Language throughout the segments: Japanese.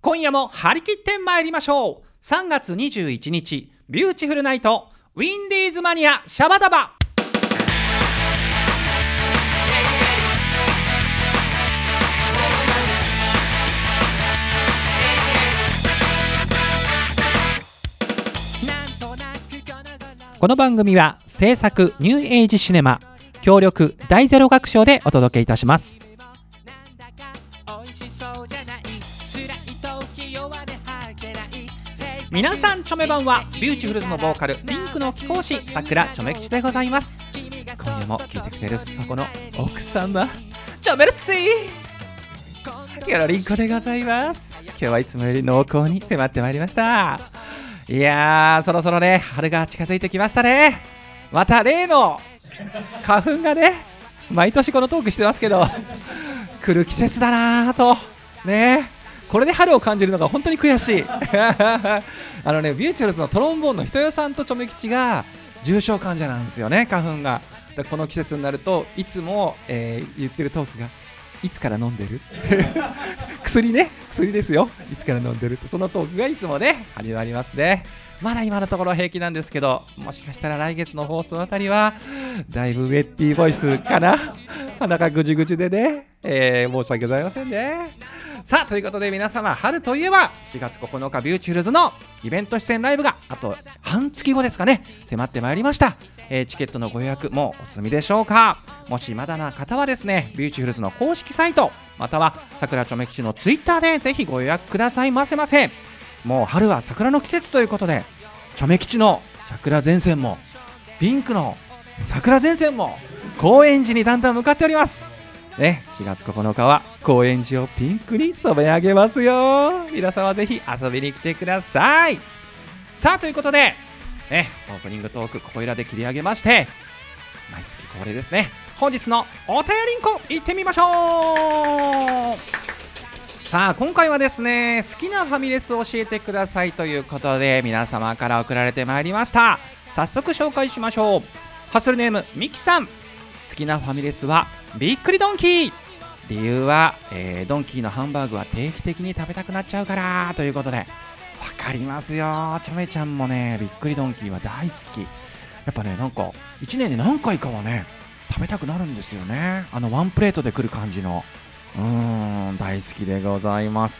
今夜も張り切ってまいりましょう。3月21日ビューティフルナイトウィンディーズマニアシャバダバ。この番組は制作ニューエイジシネマ協力大ゼロ学賞でお届けいたします。皆さんチョメ版はビューティフルズのボーカルピンクの貴公子さくらちょめ吉でございます。今夜も聞いてくれるそこの奥様チョメルシーよろりんこでございます。今日はいつもより濃厚に迫ってまいりました。いやー、そろそろね春が近づいてきましたね。また例の花粉がね、毎年このトークしてますけど来る季節だなーとね。これで春を感じるのが本当に悔しいビューチュルズのトロンボーンの人よさんとチョメ吉が重症患者なんですよね、花粉が。この季節になるといつも、言ってるトークがいつから飲んでる薬ね、薬ですよ、いつから飲んでるって、そのトークがいつもね始まりますね。まだ今のところ平気なんですけど、もしかしたら来月の放送あたりはだいぶウェッティーボイスかな鼻がぐじぐじでね、申し訳ございませんね。さあということで皆様、春といえば4月9日ビューチュルズのイベント出演ライブがあと半月後ですかね、迫ってまいりました。チケットのご予約もうお済みでしょうか。もしまだな方はですね、ビューチュルズの公式サイトまたは桜ちょめ吉のツイッターでぜひご予約くださいませませ。もう春は桜の季節ということで、ちょめ吉の桜前線もピンクの桜前線も高円寺にだんだん向かっておりますね。4月9日は高円寺をピンクに染め上げますよ。皆様ぜひ遊びに来てください。さあということでね、オープニングトークここいらで切り上げまして、毎月恒例ですね、本日のお便りんこ行ってみましょう。さあ今回はですね、好きなファミレスを教えてくださいということで皆様から送られてまいりました。早速紹介しましょう。ハッスルネームミキさん。好きなファミレスはびっくりドンキー。理由は、ドンキーのハンバーグは定期的に食べたくなっちゃうからということで、わかりますよ。ちょめちゃんもねびっくりドンキーは大好き。やっぱね、なんか1年に何回かはね食べたくなるんですよね。ワンプレートで来る感じの大好きでございます。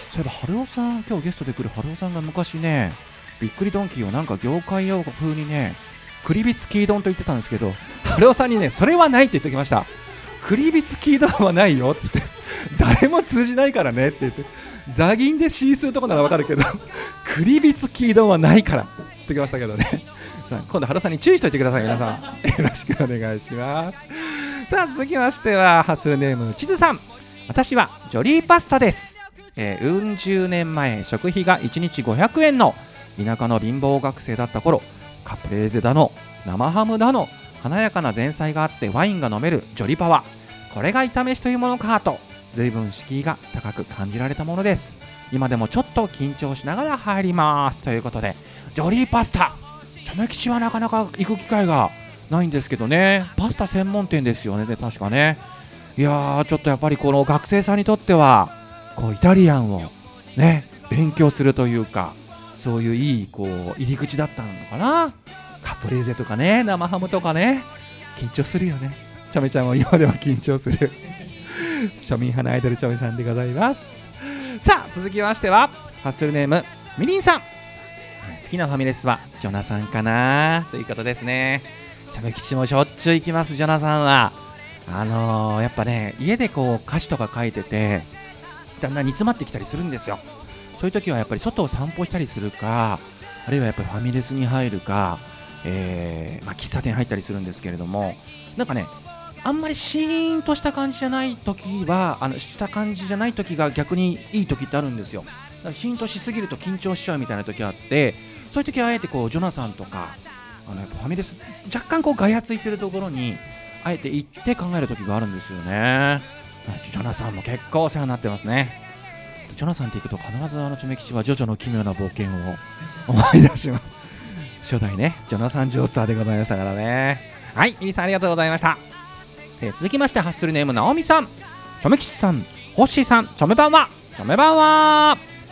そういえば春尾さん、今日ゲストで来る春尾さんが昔ねびっくりドンキーをなんか業界用語風にねクリビツキー丼と言ってたんですけど、春尾さんにねそれはないって言ってきました。クリビツキー丼はないよって言って誰も通じないからねって言って、ザギンでシースーとかならわかるけどクリビツキー丼はないからって言ってきましたけどね。さあ今度春尾さんに注意しておいてください皆さんよろしくお願いします。さあ続きましてはハッスルネームちずさん。私はジョリーパスタです。うん十年前食費が1日500円の田舎の貧乏学生だった頃、カプレーゼだの生ハムだの華やかな前菜があってワインが飲めるジョリパは、これが炒めしというものかと随分敷居が高く感じられたものです。今でもちょっと緊張しながら入りますということで、ジョリーパスタ、ちょめ吉はなかなか行く機会がないんですけどね、パスタ専門店ですよね。で確かね、いやーちょっとやっぱりこの学生さんにとってはこうイタリアンをね勉強するというか、そういういいこう入り口だったのかな。カプレーゼとかね生ハムとかね、緊張するよね。ちょめちゃんも今でも緊張する庶民派のアイドルちょめさんでございます。さあ続きましてはハッスルネームみりんさん。好きなファミレスはジョナサンかなということですね。ちょめ吉もしょっちゅう行きます。ジョナサンはやっぱね家でこう歌詞とか書いててだんだん煮詰まってきたりするんですよ。そういう時はやっぱり外を散歩したりするか、あるいはやっぱりファミレスに入るか、喫茶店入ったりするんですけれども、なんかねあんまりシーンとした感じじゃない時はした感じじゃない時が逆にいい時ってあるんですよ。だからシーンとしすぎると緊張しちゃうみたいな時があって、そういう時はあえてこうジョナサンとかやっぱファミレス若干こうガヤついてるところにあえて行って考える時があるんですよね。ジョナサンも結構お世話になってますね。ジョナサンって行くと必ずちょめ吉はジョジョの奇妙な冒険を思い出します初代ねジョナサン・ジョースターでございましたからね。はい、ミリさんありがとうございました。続きましてハッスルネームなおみさん。ちょめ吉さん、ホッシーさん、ちょめばんは。ちょめばんは。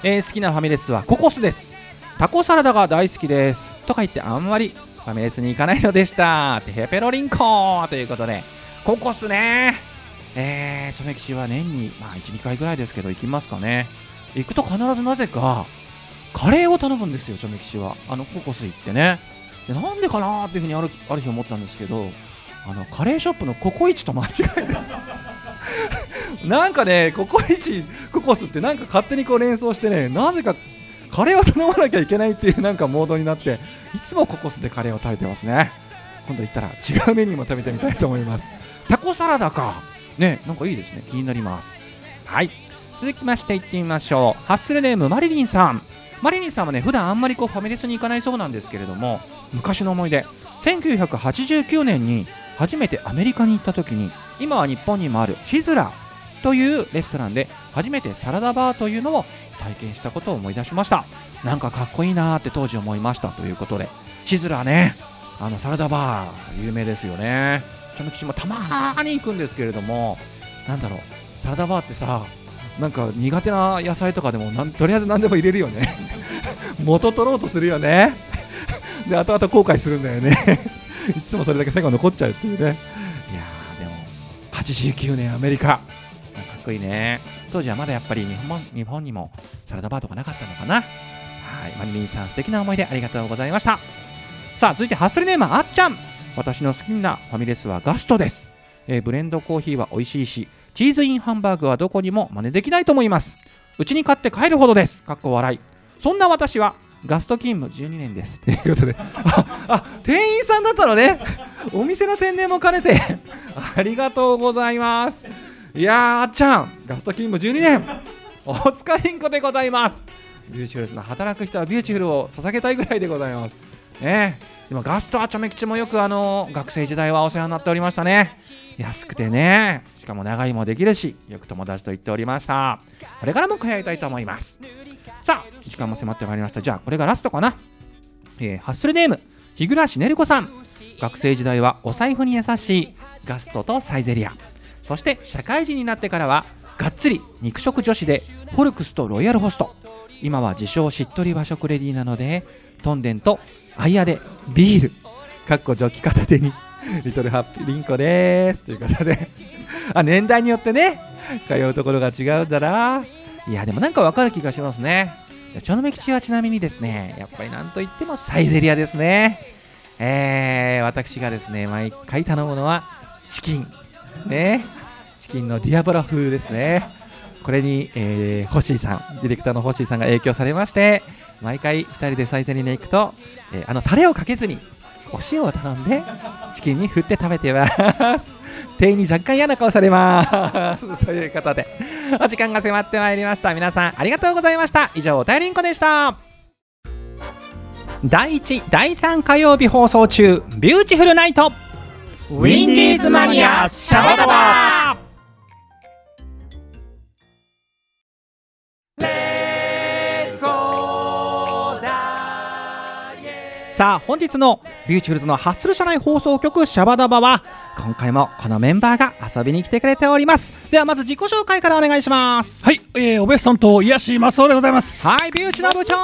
好きなファミレスはココスです。タコサラダが大好きですとか言ってあんまりファミレスに行かないのでしたテヘペロリンコということで、ココスね、チョメ吉は年に、1、2回ぐらいですけど行きますかね。行くと必ずなぜかカレーを頼むんですよ、チョメ吉は。ココス行ってね。でなんでかなーっていうふうにある日思ったんですけど、カレーショップのココイチと間違えたなんかね、ココイチココスってなんか勝手にこう連想してね、なぜかカレーを頼まなきゃいけないっていうなんかモードになって、いつもココスでカレーを食べてますね。今度行ったら違うメニューも食べてみたいと思います。タコサラダかね、なんかいいですね、気になります。はい、続きまして行ってみましょう。ハッスルネームマリリンさん。マリリンさんはね、普段あんまりファミレスに行かないそうなんですけれども、昔の思い出、1989年に初めてアメリカに行った時に、今は日本にもあるシズラというレストランで初めてサラダバーというのを体験したことを思い出しました。なんかかっこいいなーって当時思いましたということで、シズラね、サラダバー有名ですよね。チョメ吉もたまーに行くんですけれども、なんだろう、サラダバーってさ、なんか苦手な野菜とかでもとりあえず何でも入れるよね元取ろうとするよねで後々後悔するんだよねいつもそれだけ最後残っちゃうっていうね。いやーでも89年アメリカ、かっこいいね。当時はまだやっぱり日本にもサラダバーとかなかったのかな。はい、マリリンさん素敵な思い出ありがとうございました。さあ続いてハッスルネームあっちゃん。私の好きなファミレスはガストです。ブレンドコーヒーは美味しいし、チーズインハンバーグはどこにも真似できないと思います。うちに買って帰るほどです。かっこ笑い。そんな私はガスト勤務12年ですということで店員さんだったのねお店の宣伝も兼ねてありがとうございます。いやー、あっちゃんガスト勤務12年お疲れんこでございます。ビューティフルズの働く人はビューティフルを捧げたいぐらいでございますね。今ガストはチョメ吉もよく学生時代はお世話になっておりましたね。安くてね、しかも長居もできるし、よく友達と言っておりました。これからも通いたいと思います。さあ時間も迫ってまいりました。じゃあこれがラストかな。ハッスルネーム日暮しねるこさん。学生時代はお財布に優しいガストとサイゼリア、そして社会人になってからはがっつり肉食女子でフォルクスとロイヤルホスト。今は自称しっとり和食レディーなので、トンデンとアイアでビールかっこジョッキ片手にリトルハッピーリンコですということで年代によってね通うところが違うんだな。いやでもなんかわかる気がしますね。チョメ吉はちなみにですね、やっぱりなんといってもサイゼリアですね。私がですね毎回頼むのはチキンね、チキンのディアボラ風ですね。これに、星井さん、ディレクターの星井さんが影響されまして、毎回2人でサイゼリアに行くと、タレをかけずにお塩を頼んでチキンに振って食べてます店員に若干嫌な顔されますということでお時間が迫ってまいりました。皆さんありがとうございました。以上おたよりんこでした。第1、第3火曜日放送中、ビューティフルナイトウィンディーズマニアシャバダバ。さあ本日のビューティフルズのハッスル社内放送局シャバダバは今回もこのメンバーが遊びに来てくれております。ではまず自己紹介からお願いします。 はい、おべさんと癒しマスオでございます。 はい、ビューチの部長。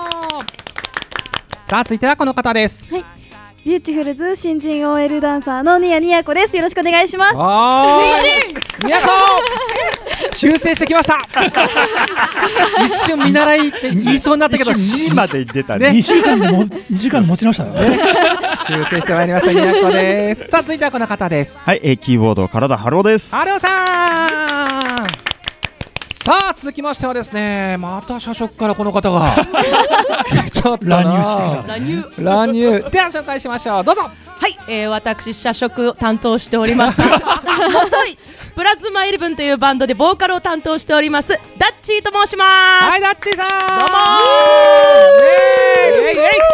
さあ続いてはこの方です。 はい、ビューティフルズ新人 OL ダンサーのニヤニヤコです。よろしくお願いします。 新人ニヤコ修正してきました一瞬見習いって言いそうになったけど 2まで出たね。2週間で持ち直したのね修正してまいりましたニヤコです。さあ続いてはこの方です。 はい、キーボード体ハローです。 ハローさん。さあ続きましてはですね、また社食からこの方がちょっと乱入してきた。 乱入では紹介しましょう。どうぞ。 はい、私社食を担当しておりますもといプラズマイレブンというバンドでボーカルを担当しておりますダッチーと申します。 はい、ダッチーさん。 どうも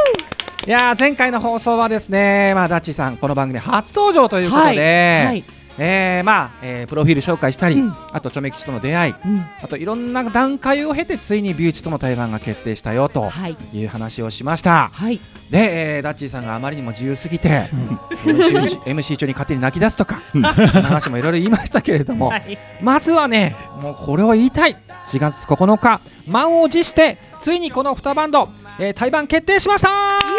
いや前回の放送はですね、ダッチーさんこの番組初登場ということで、 プロフィール紹介したり、あとチョメ吉との出会い、あといろんな段階を経てついにビューチとの対バンが決定したよという話をしました。で、ダッチーさんがあまりにも自由すぎて、MC 中に勝手に泣き出すとか話もいろいろ言いましたけれども、まずはね、もうこれを言いたい。4月9日満を持してついにこの2バンド、対バン決定しました。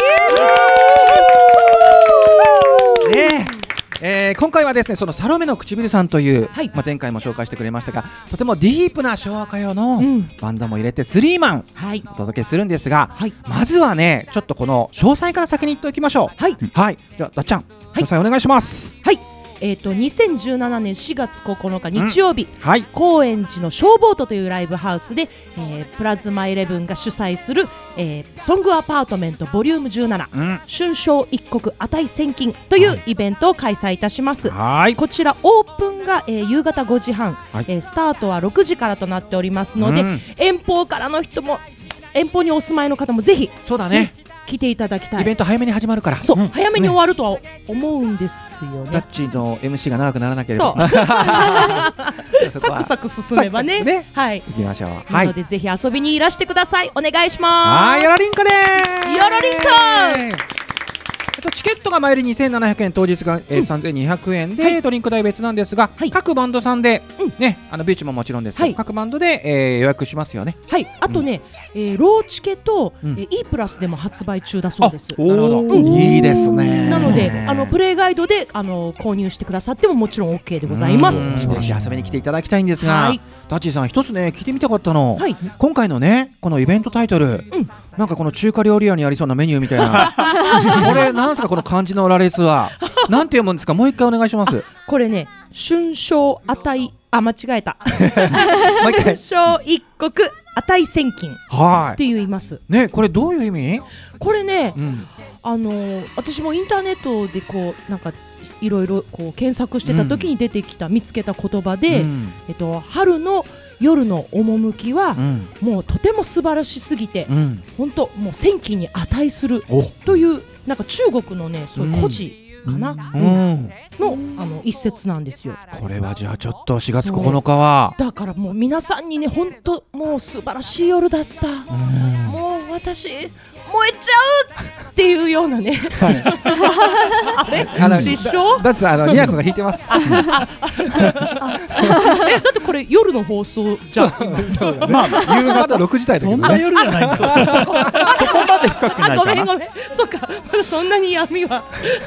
今回はですね、そのサロメの唇さんという、前回も紹介してくれましたが、とてもディープな昭和歌謡のバンドも入れてスリーマンお届けするんですが、まずはね、ちょっとこの詳細から先に言っておきましょう。じゃあだっちゃん、詳細お願いします。 2017年4月9日日曜日、高円寺のショーボートというライブハウスで、プラズマ11が主催する、ソングアパートメントボリューム17、春宵一刻値千金というイベントを開催いたします。こちらオープンが、夕方5時半、スタートは6時からとなっておりますので、遠方からの人も遠方にお住まいの方もぜひそうだね、 来ていただきたい。 イベント早めに始まるから、 早めに終わるとは思うんですよね。 ダッチーの MC が長くならなければサクサク進めばね、 行きましょう。 なのでぜひ遊びにいらしてください。お願いします。 よろりんこでーす。 よろりんこチケットが前より2700円、当日が3200円で、ドリンク代別なんですが、各バンドさんでね、ビーチももちろんですが、各バンドで予約しますよね。 あとね、ローチケと E プラスでも発売中だそうです。 なるほど、いいですね。 なのでプレイガイドで購入してくださってももちろん OK でございます。 ぜひ遊びに来ていただきたいんですが、ダッチーさん一つね聞いてみたかったの、今回のねこのイベントタイトル、なんかこの中華料理屋にありそうなメニューみたいなこれなんですか、この漢字の羅列はなんて読むんですか。もう一回お願いします。 これね、春宵値、間違えた春宵一刻値千金って言いますね。これどういう意味？ これね、私もインターネットでこうなんかいろいろこう検索してた時に出てきた、見つけた言葉で、春の夜の趣は、もうとても素晴らしすぎて、本当もう千金に値するというなんか中国のね、そういう故事かな、の一節なんですよ。 これはじゃあちょっと4月9日はだからもう皆さんにね、本当もう素晴らしい夜だった、もう私燃えちゃうっていうようなねあれ失笑だってニヤコが弾いてますだってこれ夜の放送じゃんまだ6時台だけどね。 そんな夜じゃないんだそこまで深くないかな。 ごめんそっか、そんなに闇は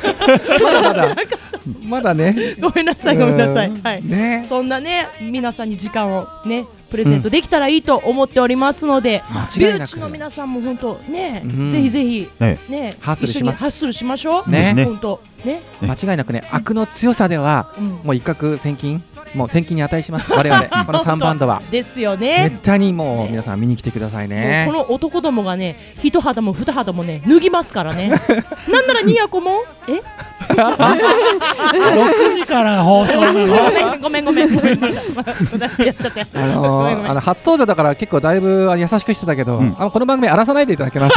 まだね、 ごめんなさい、そんなね皆さんに時間をねプレゼントできたらいいと思っておりますので、ビューチの皆さんも本当ね、ぜひぜひね、 ハッスルします。 ハッスルしましょうね。 本当ね、 間違いなくね、悪の強さではもう一攫千金、もう千金に値します。我々この3バンドはですよね。 絶対にもう皆さん見に来てくださいね。 この男どもがね、一肌も二肌もね脱ぎますからねなんならニヤコも 6時から放送なの。 ごめんやっちゃって初登場だから結構だいぶ優しくしてたけど、この番組荒らさないでいただけます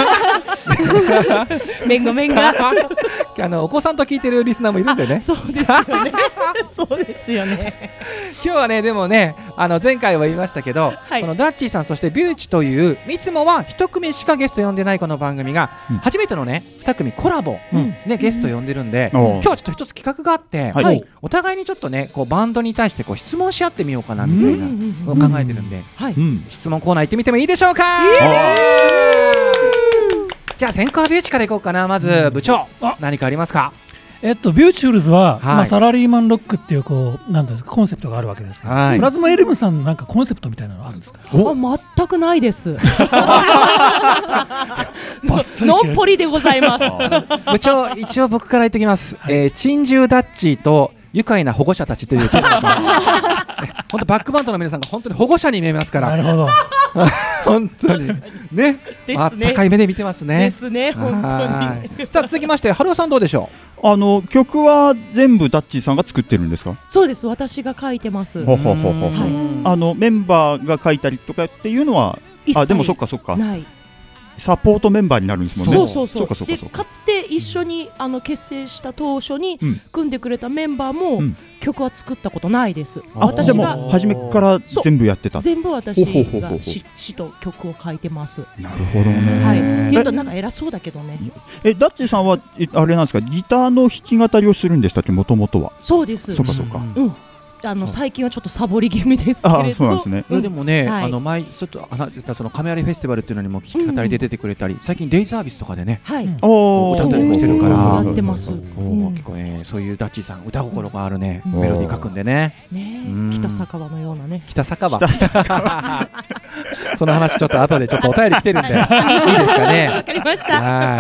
ごめんがお子さんと聞いてるリスナーもいるんでね。 そうですよねそうですよね。 今日はね、でもね、前回は言いましたけど、このダッチーさん、そしてビューチといういつもは1組しかゲスト呼んでないこの番組が、初めてのね2組コラボ、ゲスト呼んでるんで、今日はちょっと一つ企画があって、お互いにちょっとねこうバンドに対してこう質問し合ってみようかなみたいなのを考えてるんで、質問コーナー行ってみてもいいでしょうか。じゃあ先行はビューチからいこうかな。まず部長、何かありますか？ ビューチフルズは、サラリーマンロックっていうこうなんですかコンセプトがあるわけですから、プラズマ11さんなんかコンセプトみたいなのあるんですか？ 全くないですのっぽりでございます部長、一応僕から言ってきます。珍獣ダッチーと愉快な保護者たちという本当バックバンドの皆さんが本当に保護者に見えますから。なるほど本当にね、高い目で見てますね。 ですね、本当に。さあ続きまして春尾さんどうでしょう？曲は全部ダッチーさんが作ってるんですか？ そうです、私が書いてます。メンバーが書いたりとかっていうのはでもそっかない。 サポートメンバーになるんですもんね。 そうでかつて一緒に結成した当初に組んでくれたメンバーも曲は作ったことないです。 私がでも初めから全部やってた。 全部私が詩と曲を書いてます。 なるほどね。 はい。っていうとなんか偉そうだけどね。 ダッチさんはあれなんですか、ギターの弾き語りをするんでしたっけ、もともとは。 そうです。 そうか。 最近はちょっとサボり気味ですけれど。 そうなんですね。 でもね、前ちょっとその亀有フェスティバルっていうのにも弾き語りで出てくれたり、最近デイサービスとかでね、歌ったりもしてるから、 やってます。 結構ね、そういうダッチさん歌心があるね、メロディー書くんでね。 北酒場のようなね。 北酒場。その話ちょっと後でちょっとお便り来てるんでいいですかね。 わかりました。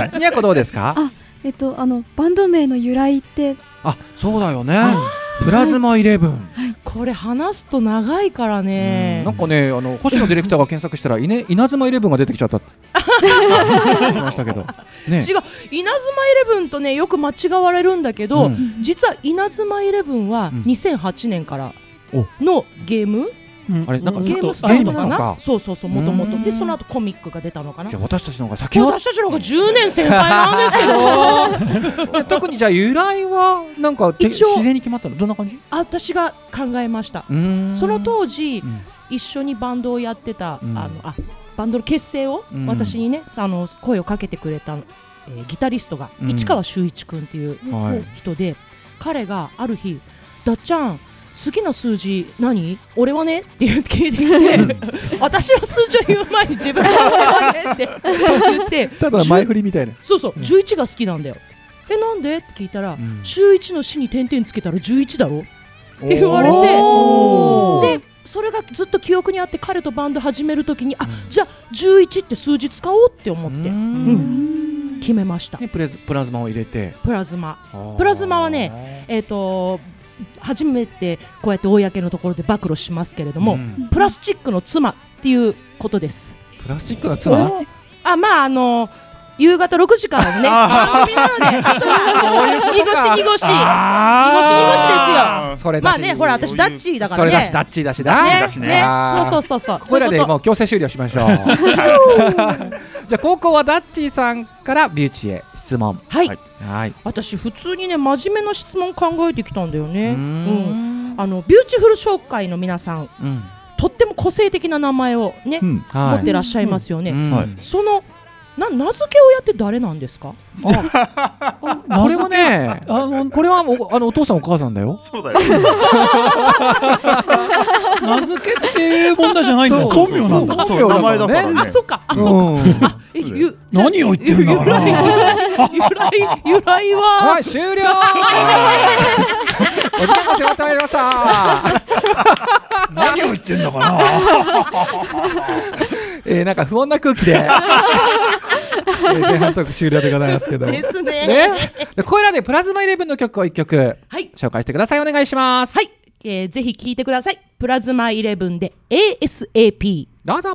にゃこどうですか？ バンド名の由来って。 そうだよね。プラズマ11。 これ話すと長いからね。 なんかね、星野ディレクターが検索したら稲妻11が出てきちゃったって言いましたけど、 違う、稲妻11とねよく間違われるんだけど、実は稲妻11は2008年からのゲーム、 あれなんかゲームスタートかな。そうもともとで、その後コミックが出たのかな。 じゃあ私たちの方が私たちの方が10年先輩なんですけど特にじゃあ由来はなんか自然に決まったの？どんな感じ？ 私が考えました。その当時一緒にバンドをやってたバンドの結成を私にね声をかけてくれたギタリストが市川修一君っていう人で、彼がある日だっちゃん好きな数字何？俺はねって聞いてきて私の数字を言う前に自分が俺はねって言ってただ前振りみたいな。 そう11が好きなんだよ。なんでって聞いたら、週1の死に点々つけたら11だろって言われて、でそれがずっと記憶にあって、彼とバンド始めるときにじゃあ11って数字使おうって思って決めました。 プラズマを入れて。 プラズマはね初めてこうやって公のところで暴露しますけれども、プラスチックの妻っていうことです。 プラスチックの妻？ 夕方6時からね番組なので、あとは濁しですよ。 それまあね、ほら私ダッチーだからね。 それダッチーだしな。 そう。 これらでもう強制終了しましょう。じゃあ高校はダッチーさんからビューチへ質問。 はい。私普通にね真面目な質問考えてきたんだよね。ビューチフル紹介の皆さん、とっても個性的な名前をね持ってらっしゃいますよね。その名付け親って誰なんですか？ これはね、これはお父さんお母さんだよ。 そうだよ。 名付けっていう問題じゃないんだよ。本名なんだ。 名前だからね。 そうか。 何を言ってるんだから。 由来は。 終了。お時間が迫ってまいりました。 何を言ってんだかな。 なんか不穏な空気で前半トーク終了でございますけどですね。 これらでプラズマ11の曲を1曲紹介してください。お願いします。 はい、ぜひ聴いてください。プラズマ11で ASAP どうぞ。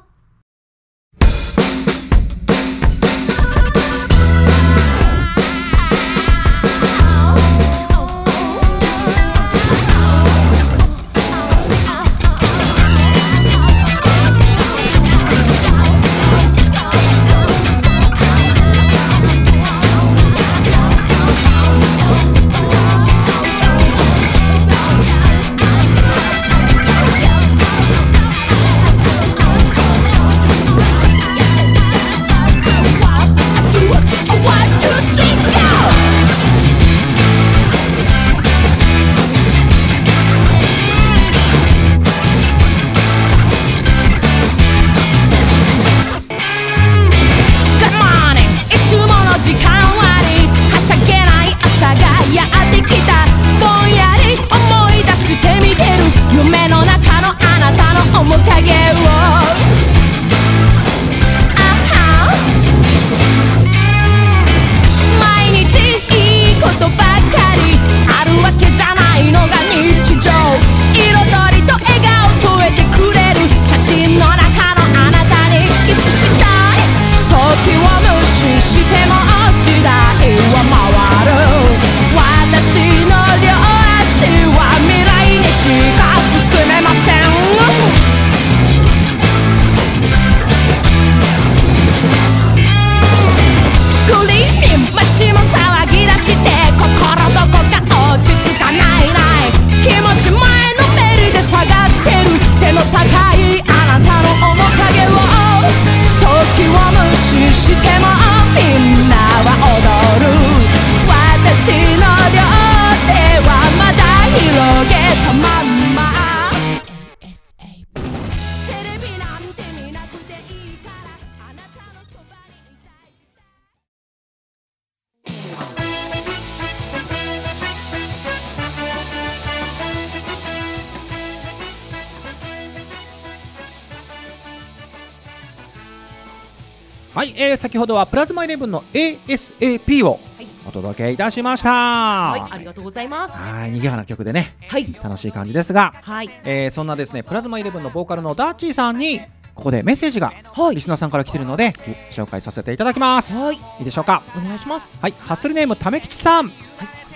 はい、先ほどはプラズマイレブンの ASAP をお届けいたしました。 はい、ありがとうございます。 はい、にぎやかな曲でね、 はい、 楽しい感じですが、 はい、 そんなですねプラズマイレブンのボーカルのダッチーさんにここでメッセージがリスナーさんから来ているので、紹介させていただきます。 はい、 いいでしょうか。 お願いします。 はい、ハッスルネームためきちさん、はい、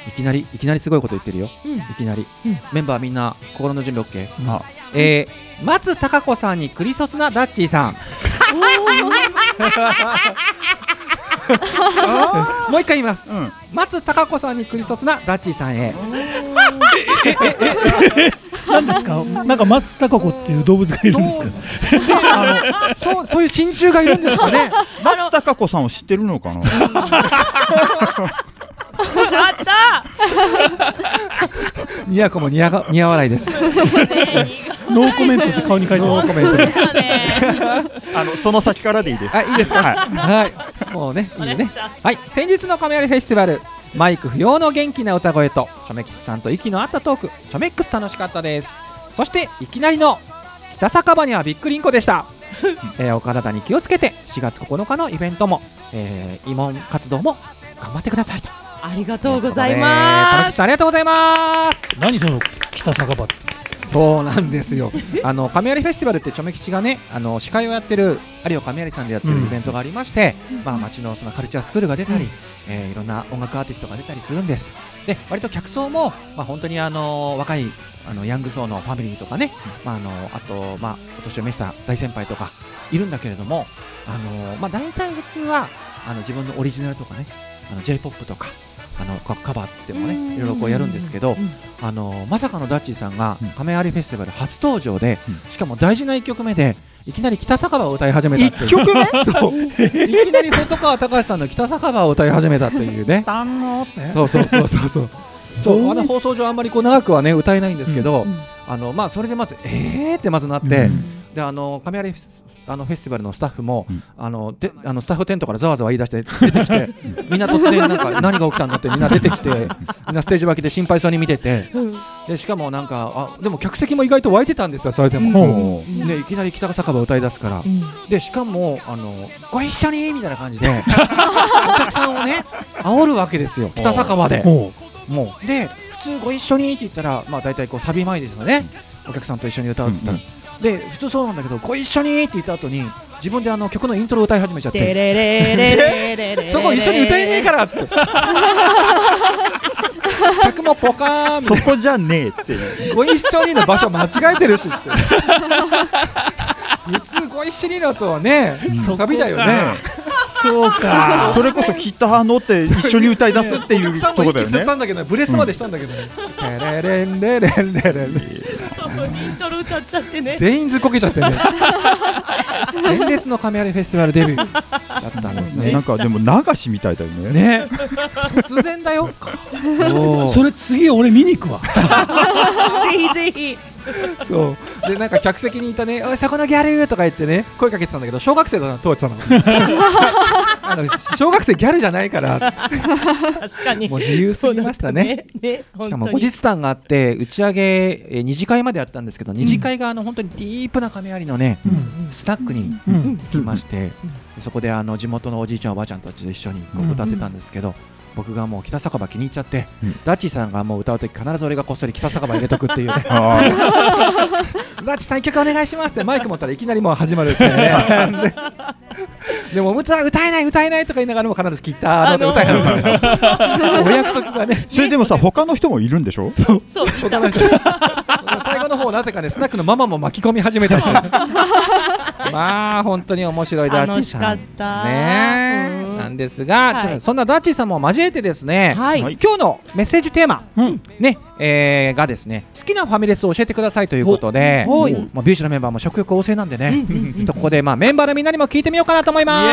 いきなりすごいこと言ってるよ、いきなり、メンバーみんな心の準備 OK、松たか子さんにクリソツなダッチーさんもう一回言います、松たか子さんにクリソツなダッチーさんへ。 何ですか。なんか松たか子っていう動物がいるんですか。 そういう珍獣がいるんですかね。 松たか子さんを知ってるのかな。 あったにやこもにや笑いです。 ノーコメントって顔に書いてある。ノーコメントですその先からでいいです。 いいですか。はい、もうね、いいね。はい、先日の亀有フェスティバル、マイク不要の元気な歌声とチョメキスさんと息の合ったトーク、チョメックス楽しかったです。そしていきなりの北酒場にはびっくりんこでした。お体に気をつけて4月9日のイベントも、慰問活動も頑張ってくださいと。 ありがとうございます。 ためきさんありがとうございます。 何その北酒場って。 そうなんですよ。亀有フェスティバルってチョメ吉がね、司会をやってる有岡亀有さんでやってるイベントがありまして、街のそのカルチャースクールが出たり、いろんな音楽アーティストが出たりするんです。で、割と客層も本当に若いヤング層のファミリーとかね、あとお年を召した大先輩とかいるんだけれども、大体普通は自分のオリジナルとかね、J-POP とかカバーって言ってもね、いろいろこうやるんですけど、まさかのダッチーさんが亀有フェスティバル初登場で、しかも大事な1曲目でいきなり北酒場を歌い始めたっていう。 1曲目そういきなり細川たかしさんの北酒場を歌い始めたというね。そう放送上あんまりこう長くはね歌えないんですけど、それでまずってまずなって、で亀有フェスティバルのスタッフも、スタッフテントからざわざわ言い出して出てきてみんな突然なんか何が起きたんだってみんな出てきて、みんなステージ脇で心配そうに見てて、でしかもなんかでも客席も意外と湧いてたんですよ。それでも、でいきなり北酒場歌い出すから、でしかもご一緒にみたいな感じでお客さんをね煽るわけですよ、北酒場で。もうで普通ご一緒にって言ったら大体こうサビ前ですよね、お客さんと一緒に歌うって言ったら。で普通そうなんだけど、ご一緒にって言った後に自分で曲のイントロを歌い始めちゃって、そこ一緒に歌えねえからっつって客もポカーンみたいな、 そこじゃねえってご一緒にの場所間違えてるしって普通ご一緒にのとはね、サビだよね。 そうか。 それこそ北のって一緒に歌い出すっていうところだよね。お客さんも息吸ったんだけど、ブレスまでしたんだけどね。テレレンレレンレレン。 イントロ歌っちゃってね。 全員ずっこけちゃってね。鮮烈の亀有フェスティバルデビューだったんですね。 なんかでも流しみたいだよね。 ね。突然だよ。 それ次俺見に行くわ。 ぜひぜひ。 そうでなんか客席にいたね、おいそこのギャルとか言ってね声かけてたんだけど、小学生だなと思ってたの。小学生ギャルじゃないから。 確かにもう自由すぎましたね。しかも後日談があって打ち上げ2次会までやったんですけど、2次会が本当にディープな亀有のねスナックに行きまして、そこで地元のおじいちゃんおばあちゃんたちと一緒に歌ってたんですけど、僕がもう北酒場気に入っちゃって、ダッチさんがもう歌うとき必ず俺がこっそり北酒場入れとくっていうね。ダッチさん1曲お願いしますってマイク持ったらいきなりもう始まるってね。でも歌えないとか言いながらも必ずギターの歌いながらお約束がね。 それでもさ他の人もいるんでしょ。 そう他の人最後の方なぜかねスナックのママも巻き込み始めたり本当に面白いダッチさん楽しかったねなんですが、そんなダッチさんも交えてですね、今日のメッセージテーマねがですね、好きなファミレスを教えてくださいということで、ビューチのメンバーも食欲旺盛なんでね、ここでメンバーのみんなにも聞いてみようかなと思います。じ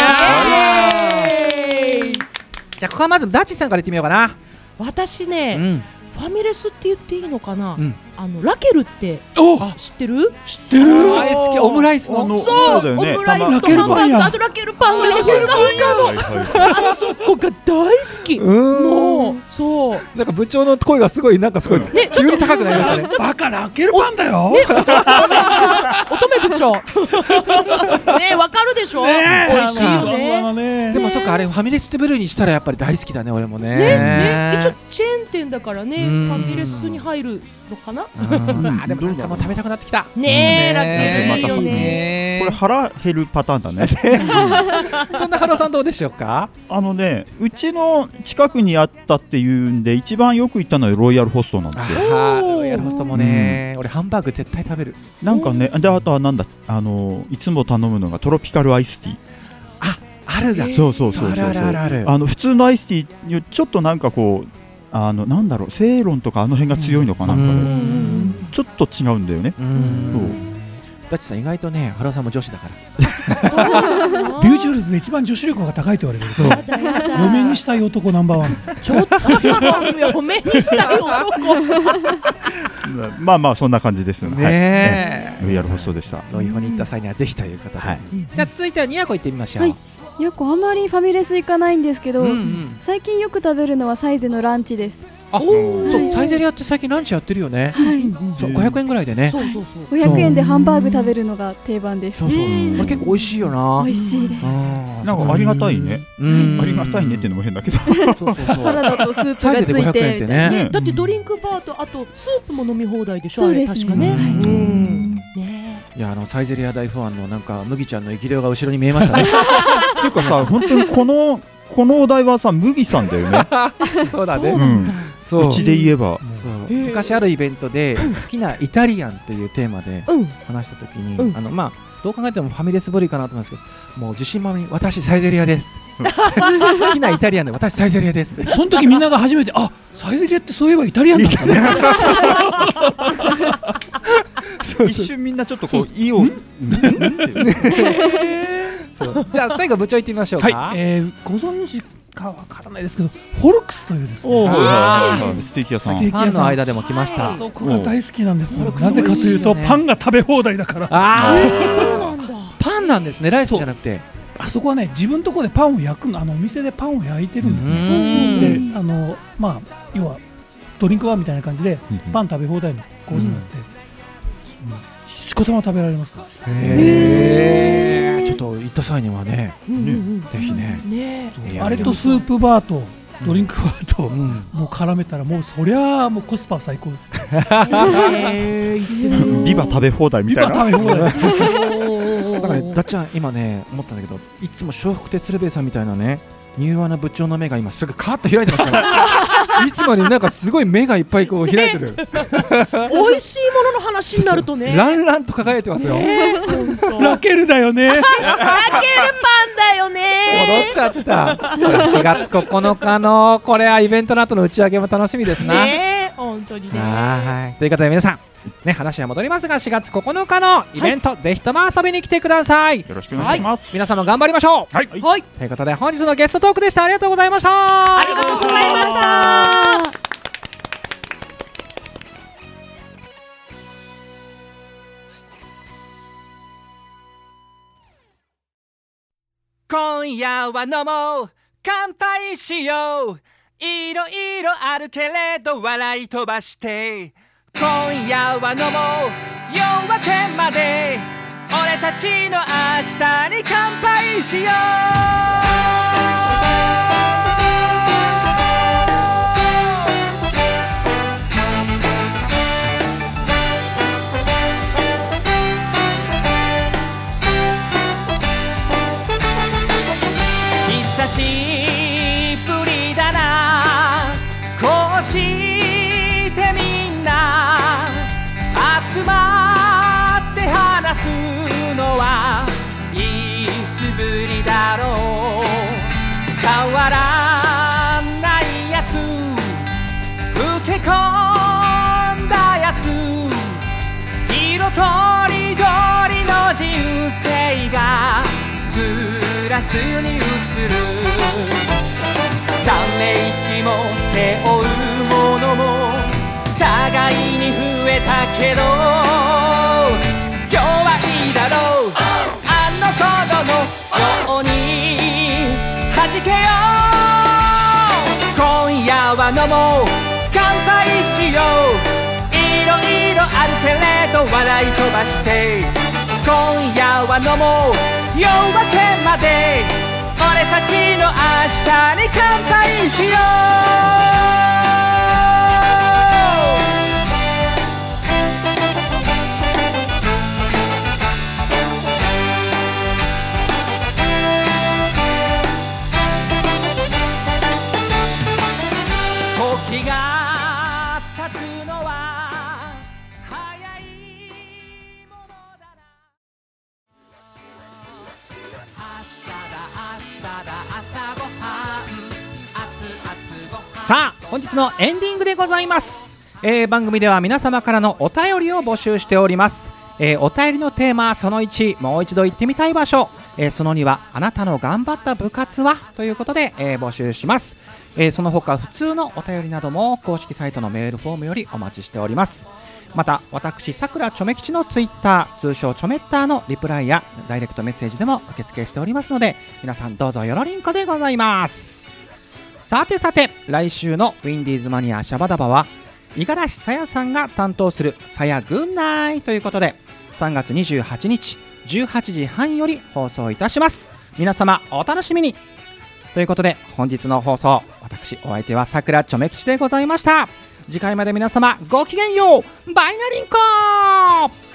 ゃあここはまずダッチさんから言ってみようかな。 私ね、ファミレスって言っていいのかな、 ラケルって知ってる？ 知ってる。 大好きオムライスの。 そう、オムライスとハンバーグ、あとラケルパンがね、ふかふかのあそこが大好き。もうそうなんか部長の声がすごいなんかすごい急に高くなりましたね。 バカラケルパンだよ。 乙女部長ね、わかるでしょ。美味しいよね。 でもそっか、あれファミレステブルーにしたらやっぱり大好きだね、俺もね。 ね、一応チェーン店だからね、ファミレスに入るのかな。 でもなんかもう食べたくなってきたね。ラケルいいよね。 これ腹減るパターンだね。 そんなハロさんどうでしょうか？ うちの近くにあったっていうんで一番よく行ったのはロイヤルホストなんですよ。 ロイヤルホストもね、俺ハンバーグ絶対食べる。 なんかね、であとはなんだ、いつも頼むのがトロピカルアイスティー。 あるが。 そう。普通のアイスティーよりちょっとなんかこうなんだろう、セイロンとかあの辺が強いのかなんかね、ちょっと違うんだよね。 だってさ、意外とね、ハロさんも女子だからビューチュールズで一番女子力が高いと言われる。嫁にしたい男ナンバーワン。 ちょっと嫁にしたい男。 まあそんな感じですね。ロイヤルホストでした。 ロイホに行った際にはぜひということで。じゃあ続いてはニヤコ行ってみましょう。 ニヤコあまりファミレス行かないんですけど、最近よく食べるのはサイゼのランチです。 そう、サイゼリヤって最近ランチやってるよね。そう、500円ぐらいでね。 500円でハンバーグ食べるのが定番です。 これ結構美味しいよな。 美味しいです。 なんかありがたいね。ありがたいねっていうのも変だけど。 サラダとスープがついて。 だってドリンクバーとあとスープも飲み放題でしょ。あれ確かね。 いや、サイゼリヤ大ファンのなんか麦ちゃんの生き量が後ろに見えましたね。 っていうかさ、本当にこのお題はさ、麦さんだよね。 そうだね。 うちで言えば、 昔あるイベントで好きなイタリアンっていうテーマで話したときに、どう考えてもファミレスボディかなと思うんですけど、もう自信満々に私サイゼリヤです好きなイタリアンで私サイゼリヤですその時みんなが初めてサイゼリヤってそういえばイタリアンだったね。 一瞬みんなちょっとこう意をじゃあ最後部長行ってみましょうか。 ご存知かわからないですけど、フォルクスというですね、 ステーキ屋さん、 パンの間でも来ました。 そこが大好きなんです。なぜかというとパンが食べ放題だから。 そうなんだ。 パンなんですね、ライスじゃなくて。 あそこはね、自分のところでパンを焼くの、お店でパンを焼いてるんですよ。で、要はドリンクバーみたいな感じでパン食べ放題のコースになって、しこたま食べられますから。 ちょっと行った際にはね、ぜひね。 あれとスープバーとドリンクバーともう絡めたら、もうそりゃもうコスパ最高です。 ビバ食べ放題みたいな。 ビバ食べ放題。 だからだっちゃん今ね思ったんだけど、いつも笑福亭鶴瓶さんみたいなね、柔和な部長の目が今すぐカーッと開いてますからいつもになんかすごい目がいっぱいこう開いてる。 美味しいものの話になるとね、 ランランと輝いてますよ。 ラケルだよね。 ラケルパンだよね。 戻っちゃった。4月9日のこれはイベントの後の打ち上げも楽しみですな。 本当にね。 はい。ということで皆さんね、話は戻りますが、4月9日のイベント、ぜひとも遊びに来てください。 よろしくお願いします。 皆さんも頑張りましょう。 はい。 ということで本日のゲストトークでした。ありがとうございました。 ありがとうございました。 今夜は飲もう、乾杯しよう、いろいろあるけれど笑い飛ばして、今夜は飲もう、夜明けまで俺たちの明日に乾杯しよう。久しぶりだな、こうしてみんな集まって話すのはいつぶりだろう。変わらないやつ、老け込んだやつ、色とりどりの人生がグラスに映る。ため息も背負うものも互いに増えたけど今日はいいだろう、あの頃のように弾けよう。今夜は飲もう、乾杯しよう、いろいろあるけれど笑い飛ばして、今夜は飲もう、夜明けまで俺たちの明日に乾杯しよう。時が経つのは早いものだな。朝ごはん、さあ本日のエンディングでございます。番組では皆様からのお便りを募集しております。お便りのテーマその1、もう一度行ってみたい場所、その2はあなたの頑張った部活はということで、募集します。その他普通のお便りなども公式サイトのメールフォームよりお待ちしております。また私さくらちょめ吉のツイッター、通称ちょめッターのリプライやダイレクトメッセージでも受付しておりますので、皆さんどうぞよろりんこでございます。さて来週のウィンディーズマニアシャバダバは五十嵐さやさんが担当するさや軍内ということで、3月28日18時半より放送いたします。皆様お楽しみにということで、本日の放送、私お相手はさくらちょめ吉でございました。次回まで皆様ごきげんよう。バイナリンコー。